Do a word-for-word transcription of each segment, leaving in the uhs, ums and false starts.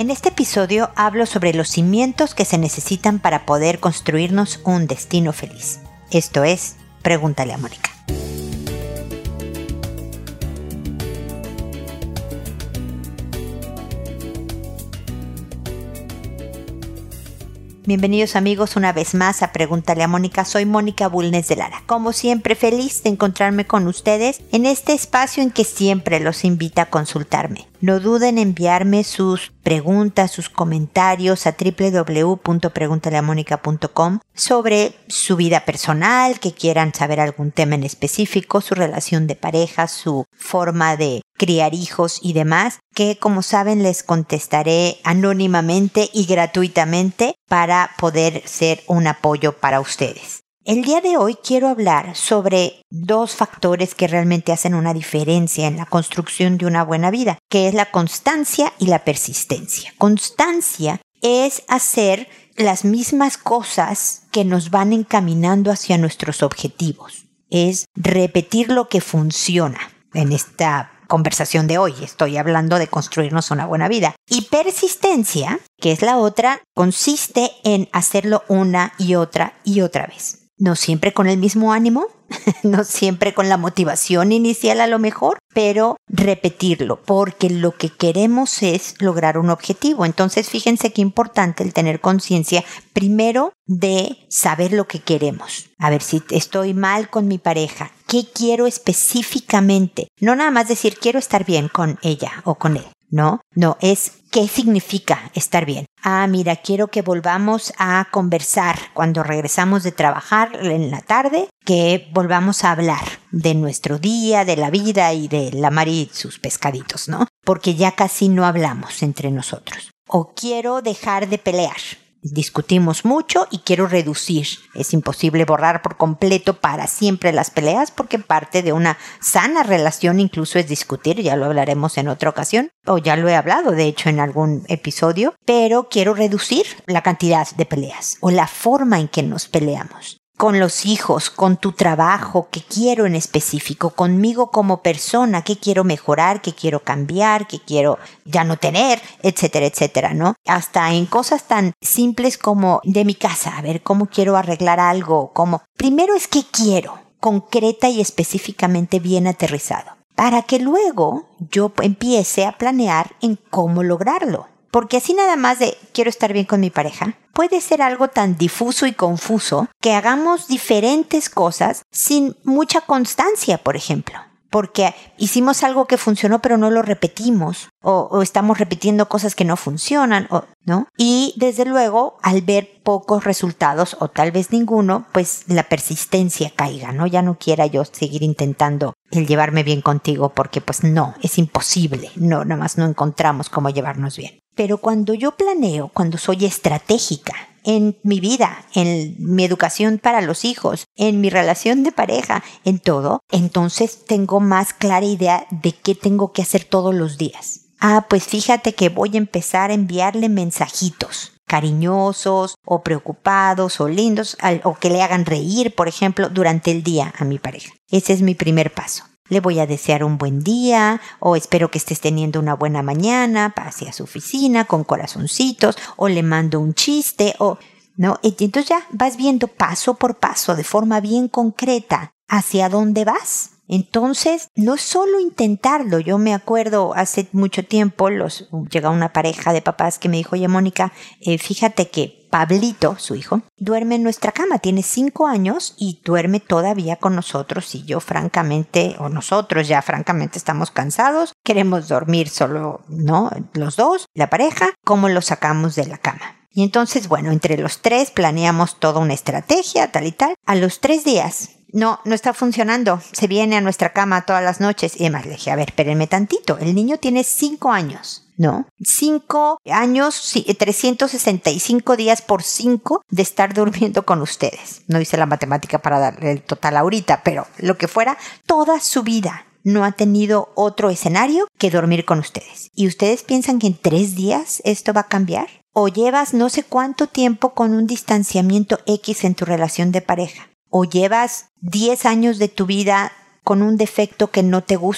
En este episodio hablo sobre los cimientos que se necesitan para poder construirnos un destino feliz. Esto es, Pregúntale a Mónica. Bienvenidos amigos una vez más a Pregúntale a Mónica. Soy Mónica Bulnes de Lara. Como siempre, feliz de encontrarme con ustedes en este espacio en que siempre los invita a consultarme. No duden en enviarme sus preguntas, sus comentarios a doble u doble u doble u punto preguntale a mónica punto com sobre su vida personal, que quieran saber algún tema en específico, su relación de pareja, su forma de criar hijos y demás, que como saben les contestaré anónimamente y gratuitamente para poder ser un apoyo para ustedes. El día de hoy quiero hablar sobre dos factores que realmente hacen una diferencia en la construcción de una buena vida, que es la constancia y la persistencia. Constancia es hacer las mismas cosas que nos van encaminando hacia nuestros objetivos. Es repetir lo que funciona. En esta conversación de hoy estoy hablando de construirnos una buena vida. Y persistencia, que es la otra, consiste en hacerlo una y otra y otra vez. No siempre con el mismo ánimo, no siempre con la motivación inicial a lo mejor, pero repetirlo, porque lo que queremos es lograr un objetivo. Entonces, fíjense qué importante el tener conciencia primero de saber lo que queremos. A ver, si estoy mal con mi pareja, ¿qué quiero específicamente? No nada más decir quiero estar bien con ella o con él. No, no, es qué significa estar bien. Ah, mira, quiero que volvamos a conversar cuando regresamos de trabajar en la tarde, que volvamos a hablar de nuestro día, de la vida y de la mar y sus pescaditos, ¿no? Porque ya casi no hablamos entre nosotros. O quiero dejar de pelear. Discutimos mucho y quiero reducir. Es imposible borrar por completo para siempre las peleas porque parte de una sana relación incluso es discutir, ya lo hablaremos en otra ocasión, o ya lo he hablado de hecho en algún episodio, pero quiero reducir la cantidad de peleas o la forma en que nos peleamos. Con los hijos, con tu trabajo, qué quiero en específico, conmigo como persona, qué quiero mejorar, qué quiero cambiar, qué quiero ya no tener, etcétera, etcétera, ¿no? Hasta en cosas tan simples como de mi casa, a ver cómo quiero arreglar algo, cómo. Primero es qué quiero, concreta y específicamente bien aterrizado, para que luego yo empiece a planear en cómo lograrlo. Porque así nada más de quiero estar bien con mi pareja, puede ser algo tan difuso y confuso que hagamos diferentes cosas sin mucha constancia, por ejemplo. Porque hicimos algo que funcionó pero no lo repetimos o, o estamos repitiendo cosas que no funcionan, o, ¿no? Y desde luego al ver pocos resultados o tal vez ninguno, pues la persistencia caiga, ¿no? Ya no quiera yo seguir intentando el llevarme bien contigo porque pues no, es imposible, no, nada más no encontramos cómo llevarnos bien. Pero cuando yo planeo, cuando soy estratégica en mi vida, en mi educación para los hijos, en mi relación de pareja, en todo, entonces tengo más clara idea de qué tengo que hacer todos los días. Ah, pues fíjate que voy a empezar a enviarle mensajitos cariñosos o preocupados o lindos o que le hagan reír, por ejemplo, durante el día a mi pareja. Ese es mi primer paso. Le voy a desear un buen día o espero que estés teniendo una buena mañana hacia su oficina con corazoncitos o le mando un chiste o no. Entonces ya vas viendo paso por paso de forma bien concreta hacia dónde vas. Entonces no es solo intentarlo. Yo me acuerdo hace mucho tiempo los llega una pareja de papás que me dijo, oye Mónica, eh, fíjate que Pablito, su hijo, duerme en nuestra cama, tiene cinco años y duerme todavía con nosotros y yo francamente, o nosotros ya francamente estamos cansados, queremos dormir solo, ¿no? Los dos, la pareja, ¿cómo lo sacamos de la cama? Y entonces, bueno, entre los tres planeamos toda una estrategia, tal y tal. A los tres días, no, no está funcionando, se viene a nuestra cama todas las noches y demás. Le dije, a ver, espérenme tantito, el niño tiene cinco años. ¿No? Cinco años, trescientos sesenta y cinco días por cinco de estar durmiendo con ustedes. No hice la matemática para darle el total ahorita, pero lo que fuera, toda su vida no ha tenido otro escenario que dormir con ustedes. ¿Y ustedes piensan que en tres días esto va a cambiar? ¿O llevas no sé cuánto tiempo con un distanciamiento X en tu relación de pareja? ¿O llevas diez años de tu vida con un defecto que no te gusta?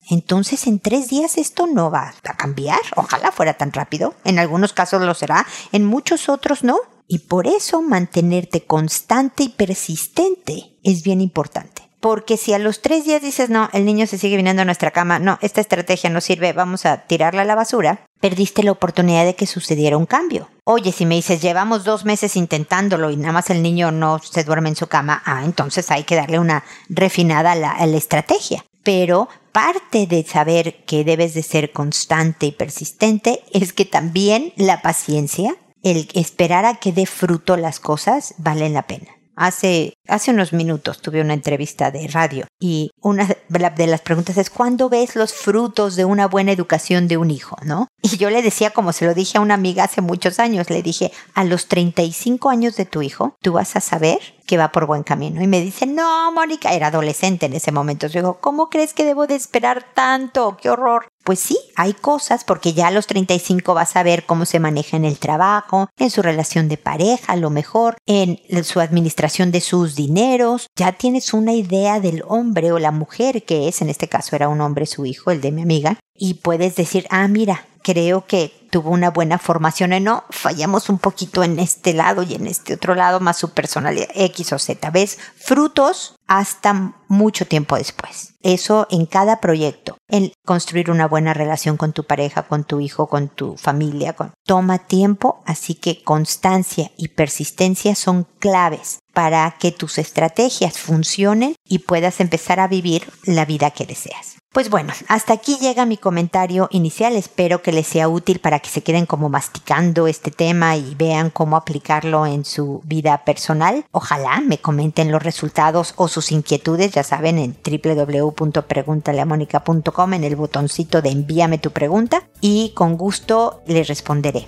Entonces en tres días esto no va a cambiar. Ojalá fuera tan rápido. En algunos casos lo será, en muchos otros no. Y por eso mantenerte constante y persistente es bien importante. Porque si a los tres días dices, no, el niño se sigue viniendo a nuestra cama, no, esta estrategia no sirve, vamos a tirarla a la basura, perdiste la oportunidad de que sucediera un cambio. Oye, si me dices, llevamos dos meses intentándolo y nada más el niño no se duerme en su cama, ah, entonces hay que darle una refinada a la, a la estrategia. Pero parte de saber que debes de ser constante y persistente es que también la paciencia, el esperar a que dé fruto las cosas, valen la pena. Hace, hace unos minutos tuve una entrevista de radio y una de las preguntas es ¿cuándo ves los frutos de una buena educación de un hijo? ¿No? Y yo le decía, como se lo dije a una amiga hace muchos años, le dije, a los treinta y cinco años de tu hijo, tú vas a saber que va por buen camino. Y me dice, no, Mónica, era adolescente en ese momento. Yo digo, ¿cómo crees que debo de esperar tanto? ¡Qué horror! Pues sí, hay cosas, porque ya a los treinta y cinco vas a ver cómo se maneja en el trabajo, en su relación de pareja, a lo mejor, en su administración de sus dineros. Ya tienes una idea del hombre o la mujer que es, en este caso era un hombre su hijo, el de mi amiga, y puedes decir, ah, mira, creo que tuvo una buena formación, en no, fallamos un poquito en este lado y en este otro lado, más su personalidad X o Z. ¿Ves? Frutos hasta mucho tiempo después. Eso en cada proyecto, en construir una buena relación con tu pareja, con tu hijo, con tu familia, con... toma tiempo, así que constancia y persistencia son claves para que tus estrategias funcionen y puedas empezar a vivir la vida que deseas. Pues bueno, hasta aquí llega mi comentario inicial. Espero que les sea útil para que se queden como masticando este tema y vean cómo aplicarlo en su vida personal. Ojalá me comenten los resultados o sus inquietudes, ya saben, en doble u doble u doble u punto preguntale a mónica punto com en el botoncito de envíame tu pregunta y con gusto les responderé.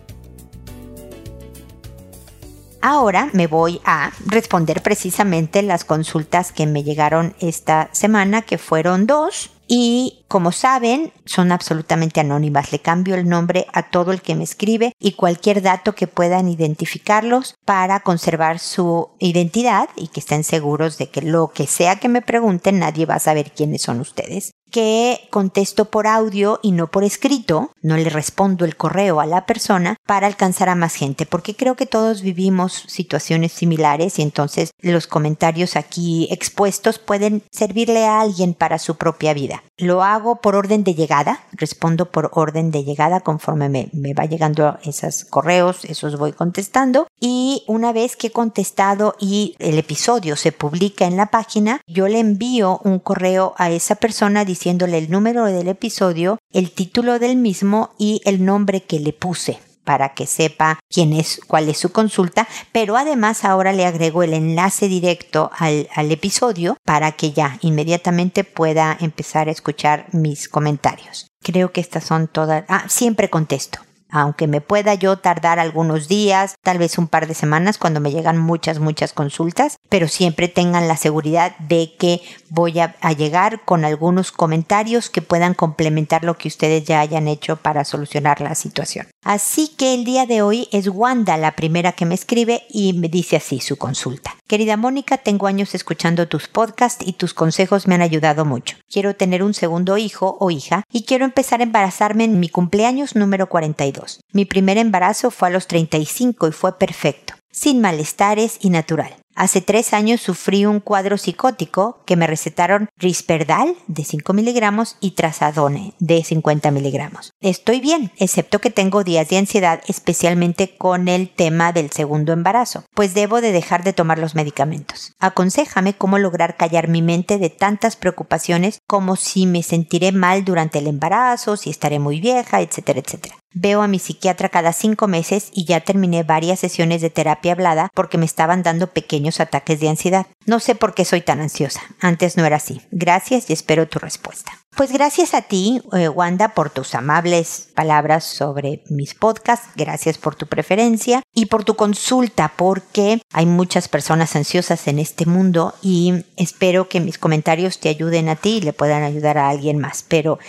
Ahora me voy a responder precisamente las consultas que me llegaron esta semana, que fueron dos. Y como saben, son absolutamente anónimas. Le cambio el nombre a todo el que me escribe y cualquier dato que puedan identificarlos para conservar su identidad y que estén seguros de que lo que sea que me pregunten, nadie va a saber quiénes son ustedes. Que contesto por audio y no por escrito, no le respondo el correo a la persona para alcanzar a más gente, porque creo que todos vivimos situaciones similares y entonces los comentarios aquí expuestos pueden servirle a alguien para su propia vida. Lo hago por orden de llegada, respondo por orden de llegada conforme me, me va llegando esos correos, esos voy contestando y una vez que he contestado y el episodio se publica en la página, yo le envío un correo a esa persona diciendo diciéndole el número del episodio, el título del mismo y el nombre que le puse para que sepa quién es, cuál es su consulta, pero además ahora le agrego el enlace directo al, al episodio para que ya inmediatamente pueda empezar a escuchar mis comentarios. Creo que estas son todas... Ah, siempre contesto. Aunque me pueda yo tardar algunos días, tal vez un par de semanas cuando me llegan muchas, muchas consultas, pero siempre tengan la seguridad de que voy a, a llegar con algunos comentarios que puedan complementar lo que ustedes ya hayan hecho para solucionar la situación. Así que el día de hoy es Wanda la primera que me escribe y me dice así su consulta. Querida Mónica, tengo años escuchando tus podcasts y tus consejos me han ayudado mucho. Quiero tener un segundo hijo o hija y quiero empezar a embarazarme en mi cumpleaños número cuarenta y dos. Mi primer embarazo fue a los treinta y cinco y fue perfecto, sin malestares y natural. Hace tres años sufrí un cuadro psicótico que me recetaron Risperdal de cinco miligramos y Trazadone de cincuenta miligramos. Estoy bien, excepto que tengo días de ansiedad, especialmente con el tema del segundo embarazo, pues debo de dejar de tomar los medicamentos. Aconséjame cómo lograr callar mi mente de tantas preocupaciones como si me sentiré mal durante el embarazo, si estaré muy vieja, etcétera, etcétera. Veo a mi psiquiatra cada cinco meses y ya terminé varias sesiones de terapia hablada porque me estaban dando pequeños ataques de ansiedad. No sé por qué soy tan ansiosa. Antes no era así. Gracias y espero tu respuesta. Pues gracias a ti, eh, Wanda, por tus amables palabras sobre mis podcasts. Gracias por tu preferencia y por tu consulta, porque hay muchas personas ansiosas en este mundo y espero que mis comentarios te ayuden a ti y le puedan ayudar a alguien más. Pero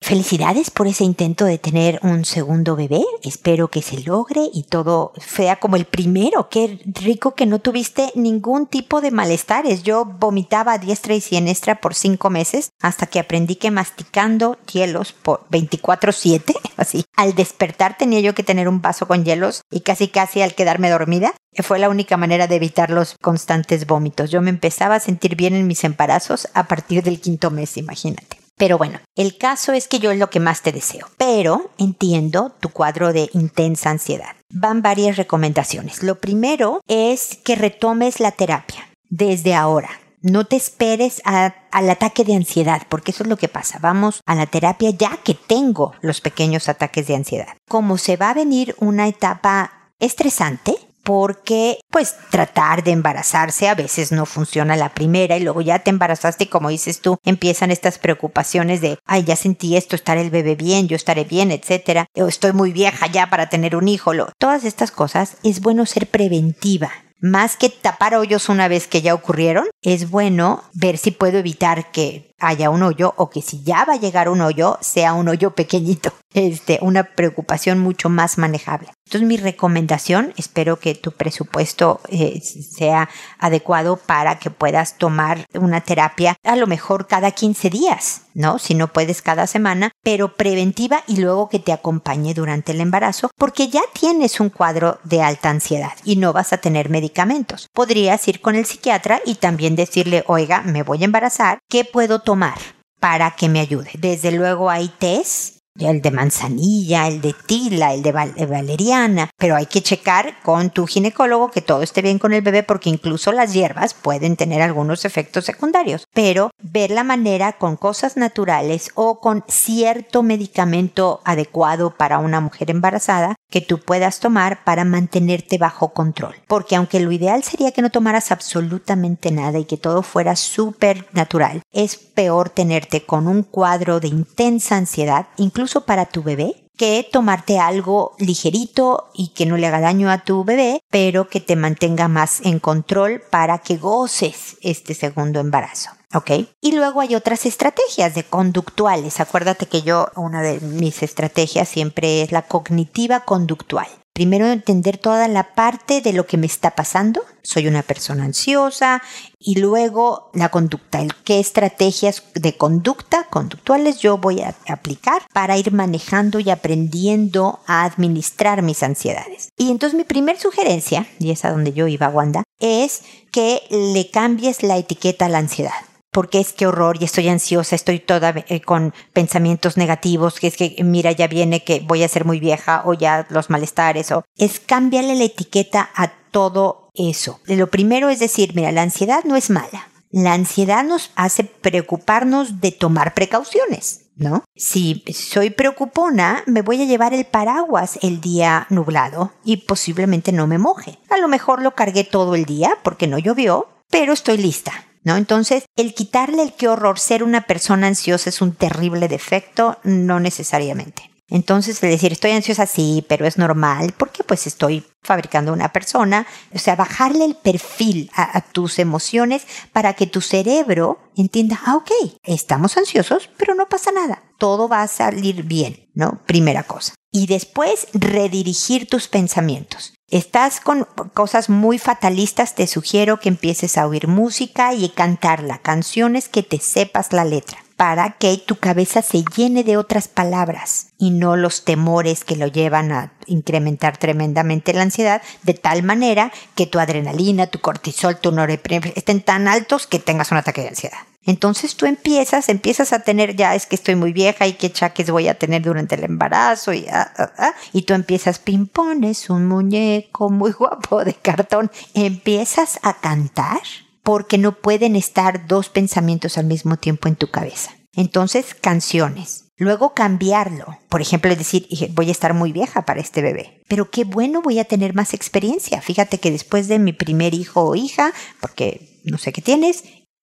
felicidades por ese intento de tener un segundo bebé. Espero que se logre y todo sea como el primero. Qué rico que no tuviste ningún tipo de malestares. Yo vomitaba a diestra y siniestra por cinco meses hasta que aprendí que masticando hielos por veinticuatro siete, así, al despertar tenía yo que tener un vaso con hielos y casi casi al quedarme dormida, fue la única manera de evitar los constantes vómitos. Yo me empezaba a sentir bien en mis embarazos a partir del quinto mes, imagínate. Pero bueno, el caso es que yo es lo que más te deseo. Pero entiendo tu cuadro de intensa ansiedad. Van varias recomendaciones. Lo primero es que retomes la terapia desde ahora. No te esperes a, al ataque de ansiedad, porque eso es lo que pasa. Vamos a la terapia ya que tengo los pequeños ataques de ansiedad. Como se va a venir una etapa estresante, porque pues tratar de embarazarse a veces no funciona la primera y luego ya te embarazaste y como dices tú, empiezan estas preocupaciones de, ay, ya sentí esto, estará el bebé bien, yo estaré bien, etcétera, o estoy muy vieja ya para tener un hijo. Lo, todas estas cosas es bueno ser preventiva. Más que tapar hoyos una vez que ya ocurrieron, es bueno ver si puedo evitar que haya un hoyo o que si ya va a llegar un hoyo, sea un hoyo pequeñito. Este, una preocupación mucho más manejable. Entonces mi recomendación, espero que tu presupuesto eh, sea adecuado para que puedas tomar una terapia a lo mejor cada quince días, ¿no? Si no puedes cada semana, pero preventiva y luego que te acompañe durante el embarazo, porque ya tienes un cuadro de alta ansiedad y no vas a tener medicamentos. Podrías ir con el psiquiatra y también decirle, oiga, me voy a embarazar, ¿qué puedo tomar para que me ayude? Desde luego hay test, el de manzanilla, el de tila, el de val- valeriana, pero hay que checar con tu ginecólogo que todo esté bien con el bebé porque incluso las hierbas pueden tener algunos efectos secundarios, pero ver la manera con cosas naturales o con cierto medicamento adecuado para una mujer embarazada que tú puedas tomar para mantenerte bajo control, porque aunque lo ideal sería que no tomaras absolutamente nada y que todo fuera súper natural, es peor tenerte con un cuadro de intensa ansiedad, incluso incluso para tu bebé, que tomarte algo ligerito y que no le haga daño a tu bebé, pero que te mantenga más en control para que goces este segundo embarazo. ¿Ok? Y luego hay otras estrategias de conductuales. Acuérdate que yo, una de mis estrategias siempre es la cognitiva conductual. Primero entender toda la parte de lo que me está pasando. Soy una persona ansiosa. Y luego la conducta. ¿Qué estrategias de conducta conductuales yo voy a aplicar para ir manejando y aprendiendo a administrar mis ansiedades? Y entonces mi primer sugerencia, y es a donde yo iba, Wanda, es que le cambies la etiqueta a la ansiedad. Porque es que horror y estoy ansiosa, estoy toda eh, con pensamientos negativos, que es que mira ya viene que voy a ser muy vieja o ya los malestares, o es cambiarle la etiqueta a todo eso. Lo primero es decir, mira, la ansiedad no es mala. La ansiedad nos hace preocuparnos de tomar precauciones, ¿no? Si soy preocupona, me voy a llevar el paraguas el día nublado y posiblemente no me moje. A lo mejor lo cargué todo el día porque no llovió, pero estoy lista, ¿no? Entonces, el quitarle el qué horror, ser una persona ansiosa es un terrible defecto, no necesariamente. Entonces, el decir, estoy ansiosa, sí, pero es normal, porque pues estoy fabricando una persona. O sea, bajarle el perfil a, a tus emociones para que tu cerebro entienda, ah, ok, estamos ansiosos, pero no pasa nada. Todo va a salir bien, ¿no? Primera cosa. Y después, redirigir tus pensamientos. Estás con cosas muy fatalistas, te sugiero que empieces a oír música y cantarla, canciones que te sepas la letra, para que tu cabeza se llene de otras palabras y no los temores que lo llevan a incrementar tremendamente la ansiedad, de tal manera que tu adrenalina, tu cortisol, tu norepinefrina estén tan altos que tengas un ataque de ansiedad. Entonces tú empiezas, empiezas a tener, ya es que estoy muy vieja y qué chaques voy a tener durante el embarazo y, ah, ah, ah, y tú empiezas, Pimpón es un muñeco muy guapo de cartón, empiezas a cantar porque no pueden estar dos pensamientos al mismo tiempo en tu cabeza. Entonces, canciones. Luego cambiarlo. Por ejemplo, decir, voy a estar muy vieja para este bebé. Pero qué bueno, voy a tener más experiencia. Fíjate que después de mi primer hijo o hija, porque no sé qué tienes,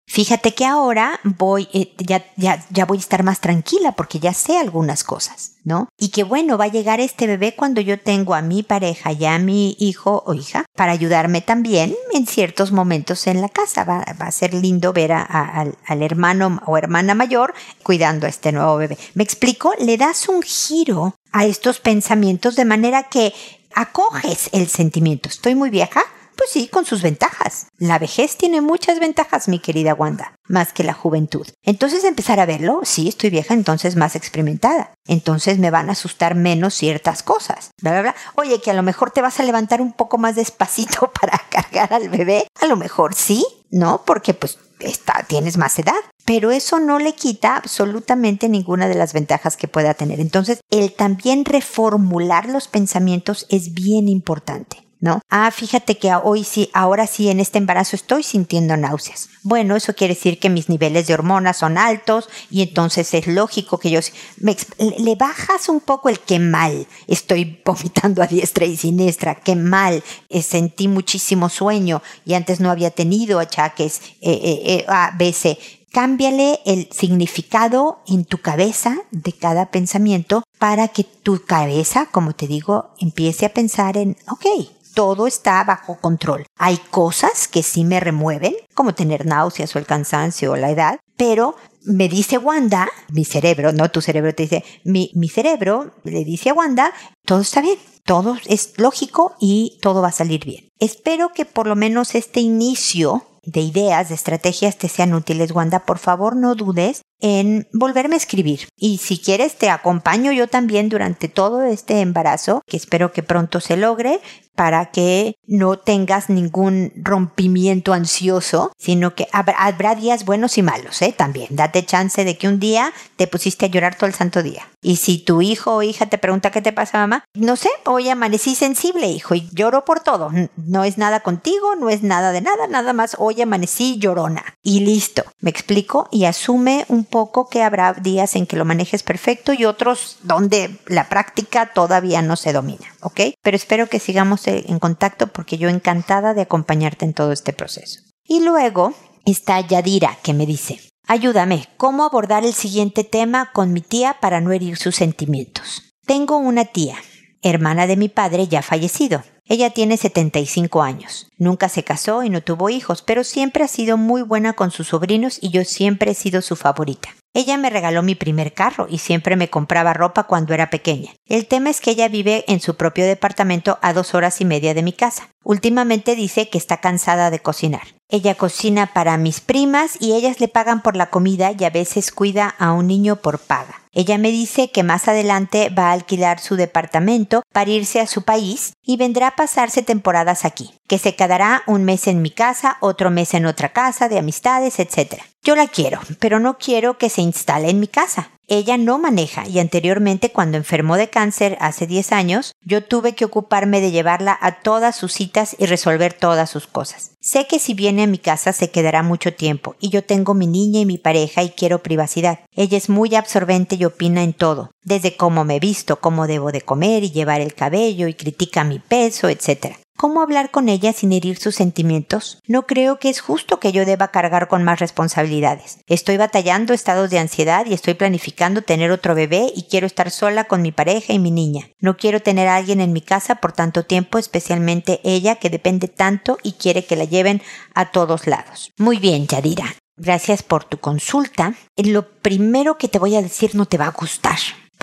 Fíjate que ahora voy, eh, ya, ya, ya voy a estar más tranquila porque ya sé algunas cosas, ¿no? Y que bueno, va a llegar este bebé cuando yo tengo a mi pareja y a mi hijo o hija para ayudarme también en ciertos momentos en la casa. Va, va a ser lindo ver a, a, al, al hermano o hermana mayor cuidando a este nuevo bebé. ¿Me explico? Le das un giro a estos pensamientos de manera que acoges el sentimiento. ¿Estoy muy vieja? Pues sí, con sus ventajas. La vejez tiene muchas ventajas, mi querida Wanda, más que la juventud. Entonces empezar a verlo, sí, estoy vieja, entonces más experimentada. Entonces me van a asustar menos ciertas cosas. Bla, bla, bla. Oye, que a lo mejor te vas a levantar un poco más despacito para cargar al bebé. A lo mejor sí, ¿no? Porque pues está, tienes más edad. Pero eso no le quita absolutamente ninguna de las ventajas que pueda tener. Entonces, el también reformular los pensamientos es bien importante, ¿no? Ah, fíjate que hoy sí, ahora sí en este embarazo estoy sintiendo náuseas. Bueno, eso quiere decir que mis niveles de hormonas son altos y entonces es lógico que yo... Me, le bajas un poco el qué mal, estoy vomitando a diestra y siniestra, qué mal, eh, sentí muchísimo sueño y antes no había tenido achaques eh, eh, eh, A, B, C. Cámbiale el significado en tu cabeza de cada pensamiento para que tu cabeza, como te digo, empiece a pensar en, ok, todo está bajo control. Hay cosas que sí me remueven, como tener náuseas o el cansancio o la edad, pero me dice Wanda, mi cerebro, no tu cerebro te dice, mi, mi cerebro le dice a Wanda, todo está bien, todo es lógico y todo va a salir bien. Espero que por lo menos este inicio de ideas, de estrategias te sean útiles, Wanda. Por favor, no dudes en volverme a escribir. Y si quieres, te acompaño yo también durante todo este embarazo, que espero que pronto se logre, para que no tengas ningún rompimiento ansioso, sino que habrá, habrá días buenos y malos, ¿eh? También, date chance de que un día te pusiste a llorar todo el santo día. Y si tu hijo o hija te pregunta qué te pasa, mamá, no sé, hoy amanecí sensible, hijo, y lloro por todo. No es nada contigo, no es nada de nada, nada más hoy amanecí llorona. Y listo, ¿me explico? Y asume un poco que habrá días en que lo manejes perfecto y otros donde la práctica todavía no se domina, ¿ok? Pero espero que sigamos en contacto porque yo encantada de acompañarte en todo este proceso. Y luego está Yadira, que me dice, ayúdame, ¿cómo abordar el siguiente tema con mi tía para no herir sus sentimientos? Tengo una tía, hermana de mi padre ya fallecido. Ella tiene setenta y cinco años. Nunca se casó y no tuvo hijos, pero siempre ha sido muy buena con sus sobrinos y yo siempre he sido su favorita. Ella me regaló mi primer carro y siempre me compraba ropa cuando era pequeña. El tema es que ella vive en su propio departamento a dos horas y media de mi casa. Últimamente dice que está cansada de cocinar. Ella cocina para mis primas y ellas le pagan por la comida y a veces cuida a un niño por paga. Ella me dice que más adelante va a alquilar su departamento para irse a su país y vendrá a pasarse temporadas aquí, que se quedará un mes en mi casa, otro mes en otra casa, de amistades, etcétera. Yo la quiero, pero no quiero que se instale en mi casa. Ella no maneja y anteriormente, cuando enfermó de cáncer hace diez años, yo tuve que ocuparme de llevarla a todas sus citas y resolver todas sus cosas. Sé que si viene a mi casa se quedará mucho tiempo y yo tengo mi niña y mi pareja y quiero privacidad. Ella es muy absorbente y opina en todo, desde cómo me visto, cómo debo de comer y llevar el cabello y critica mi peso, etcétera. ¿Cómo hablar con ella sin herir sus sentimientos? No creo que es justo que yo deba cargar con más responsabilidades. Estoy batallando estados de ansiedad y estoy planificando tener otro bebé y quiero estar sola con mi pareja y mi niña. No quiero tener a alguien en mi casa por tanto tiempo, especialmente ella que depende tanto y quiere que la lleven a todos lados. Muy bien, Yadira. Gracias por tu consulta. Lo primero que te voy a decir no te va a gustar,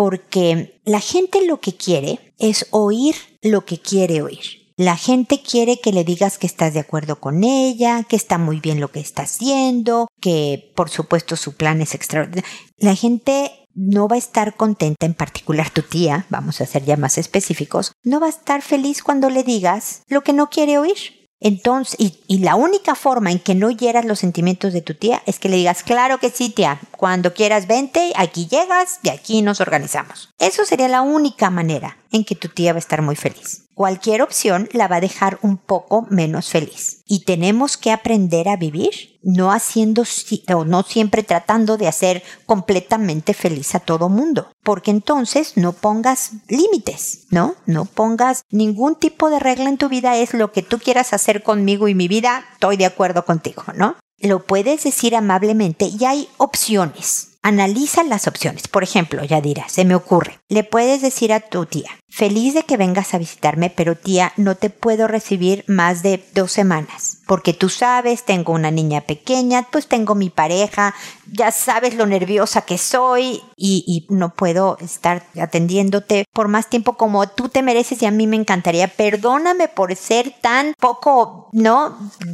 porque la gente lo que quiere es oír lo que quiere oír. La gente quiere que le digas que estás de acuerdo con ella, que está muy bien lo que está haciendo, que por supuesto su plan es extraordinario. La gente no va a estar contenta, en particular tu tía, vamos a ser ya más específicos, no va a estar feliz cuando le digas lo que no quiere oír. Entonces, y, y la única forma en que no hieras los sentimientos de tu tía es que le digas, claro que sí, tía, cuando quieras vente, aquí llegas y aquí nos organizamos. Eso sería la única manera en que tu tía va a estar muy feliz. Cualquier opción la va a dejar un poco menos feliz. Y tenemos que aprender a vivir, no haciendo, o no siempre tratando de hacer completamente feliz a todo mundo. Porque entonces no pongas límites, ¿no? No pongas ningún tipo de regla en tu vida. Es lo que tú quieras hacer conmigo y mi vida, estoy de acuerdo contigo, ¿no? lo puedes decir amablemente y hay opciones. Analiza las opciones. Por ejemplo, Yadira, se me ocurre. Le puedes decir a tu tía, feliz de que vengas a visitarme, pero tía, no te puedo recibir más de dos semanas. Porque tú sabes, tengo una niña pequeña, pues tengo mi pareja, ya sabes lo nerviosa que soy y, y no puedo estar atendiéndote por más tiempo como tú te mereces y a mí me encantaría. Perdóname por ser tan poco, ¿no?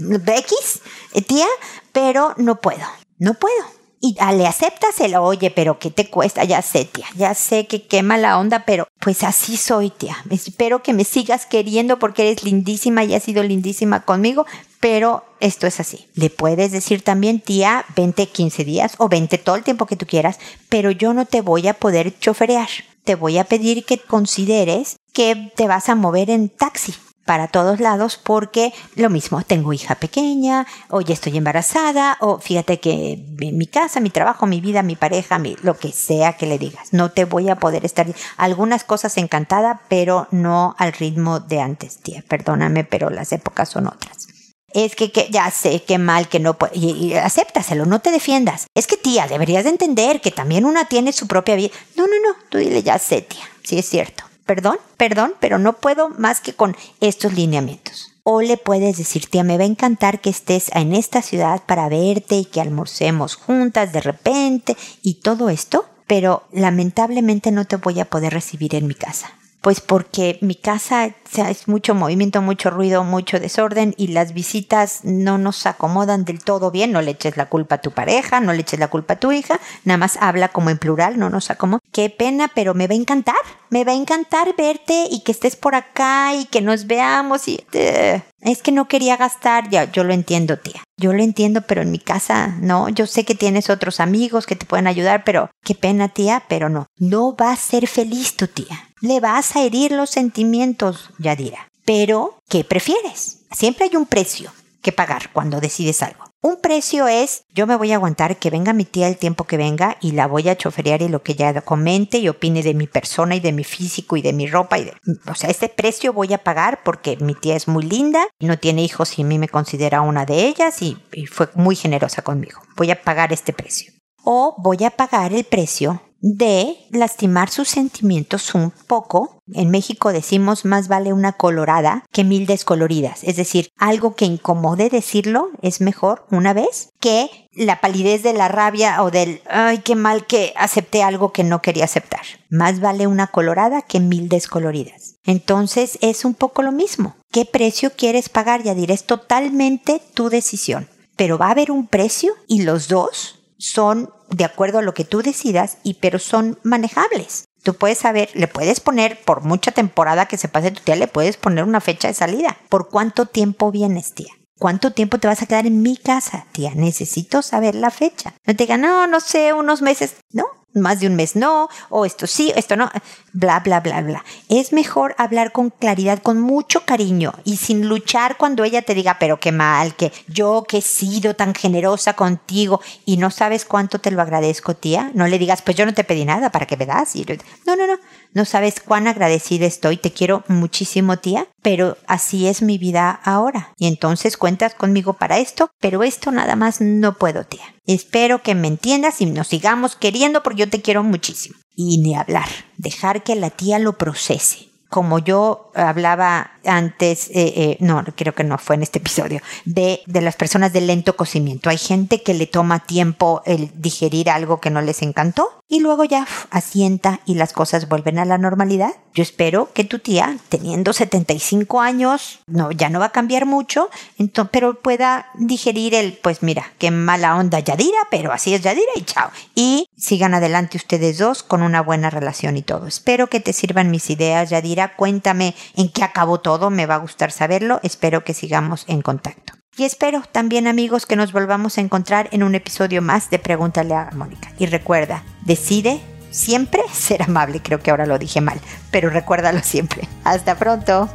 X, tía, pero no puedo, no puedo. Y le aceptas el, oye, pero ¿qué te cuesta? Ya sé, tía, ya sé que quema la onda, pero pues así soy, tía. Espero que me sigas queriendo porque eres lindísima y has sido lindísima conmigo, pero esto es así. Le puedes decir también, tía, vente quince días o vente todo el tiempo que tú quieras, pero yo no te voy a poder choferear. Te voy a pedir que consideres que te vas a mover en taxi para todos lados porque lo mismo, tengo hija pequeña, o ya estoy embarazada, o fíjate que mi casa, mi trabajo, mi vida, mi pareja, mi, lo que sea que le digas. No te voy a poder estar... Algunas cosas encantada, pero no al ritmo de antes, tía. Perdóname, pero las épocas son otras. Es que, que ya sé, qué mal, que no puedo... Y, y acéptaselo, no te defiendas. Es que, tía, deberías de entender que también una tiene su propia vida. No, no, no, tú dile, ya sé, tía, sí es cierto. Perdón, perdón, pero no puedo más que con estos lineamientos. O le puedes decir, tía, me va a encantar que estés en esta ciudad para verte y que almorcemos juntas de repente y todo esto, pero lamentablemente no te voy a poder recibir en mi casa. Pues porque mi casa, o sea, es mucho movimiento, mucho ruido, mucho desorden y las visitas no nos acomodan del todo bien. No le eches la culpa a tu pareja, no le eches la culpa a tu hija, nada más habla como en plural, no nos acomoda. Qué pena, pero me va a encantar, me va a encantar verte y que estés por acá y que nos veamos y... Uh, es que no quería gastar, ya, yo lo entiendo, tía. Yo lo entiendo, pero en mi casa no. Yo sé que tienes otros amigos que te pueden ayudar, pero qué pena, tía, pero no. No va a ser feliz tu tía. Le vas a herir los sentimientos, Yadira. Pero, ¿qué prefieres? Siempre hay un precio que pagar cuando decides algo. Un precio es, yo me voy a aguantar que venga mi tía el tiempo que venga y la voy a choferear y lo que ella comente y opine de mi persona y de mi físico y de mi ropa. Y de, o sea, ese precio voy a pagar porque mi tía es muy linda, no tiene hijos y a mí me considera una de ellas y, y fue muy generosa conmigo. Voy a pagar este precio. O voy a pagar el precio de lastimar sus sentimientos un poco. En México decimos más vale una colorada que mil descoloridas. Es decir, algo que incomode decirlo es mejor una vez que la palidez de la rabia o del ay, qué mal que acepté algo que no quería aceptar. Más vale una colorada que mil descoloridas. Entonces es un poco lo mismo. ¿Qué precio quieres pagar? Ya diré, es totalmente tu decisión. Pero va a haber un precio y los dos son de acuerdo a lo que tú decidas, y pero son manejables. Tú puedes saber, le puedes poner, por mucha temporada que se pase tu tía, le puedes poner una fecha de salida. ¿Por cuánto tiempo vienes, tía? ¿Cuánto tiempo te vas a quedar en mi casa, tía? Necesito saber la fecha. No te digan, no, no sé, unos meses. No, más de un mes no, o esto sí, esto no, bla, bla, bla, bla. Es mejor hablar con claridad, con mucho cariño y sin luchar cuando ella te diga, pero qué mal, que yo que he sido tan generosa contigo y no sabes cuánto te lo agradezco, tía. No le digas, pues yo no te pedí nada para que me das. No, no, no. No sabes cuán agradecida estoy, te quiero muchísimo, tía, pero así es mi vida ahora. Y entonces cuentas conmigo para esto, pero esto nada más no puedo, tía. Espero que me entiendas y nos sigamos queriendo porque yo te quiero muchísimo. Y ni hablar, dejar que la tía lo procese. Como yo hablaba antes, eh, eh, no, creo que no fue en este episodio, de, de las personas de lento cocimiento. Hay gente que le toma tiempo el digerir algo que no les encantó y luego ya uf, asienta y las cosas vuelven a la normalidad. Yo espero que tu tía, teniendo setenta y cinco años, no, ya no va a cambiar mucho, entonces, pero pueda digerir el, pues mira, qué mala onda Yadira, pero así es Yadira y chao. Y sigan adelante ustedes dos con una buena relación y todo. Espero que te sirvan mis ideas, Yadira. Cuéntame en qué acabó todo, me va a gustar saberlo. Espero que sigamos en contacto. Y espero también, amigos, que nos volvamos a encontrar en un episodio más de Pregúntale a Mónica. Y recuerda, decide siempre ser amable. Creo que ahora lo dije mal, pero recuérdalo siempre. Hasta pronto.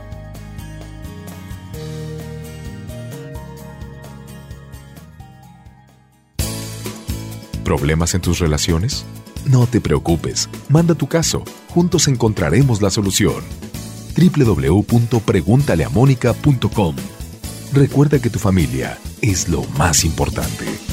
¿Problemas en tus relaciones? No te preocupes. Manda tu caso. Juntos encontraremos la solución. doble u doble u doble u punto preguntale a mónica punto com Recuerda que tu familia es lo más importante.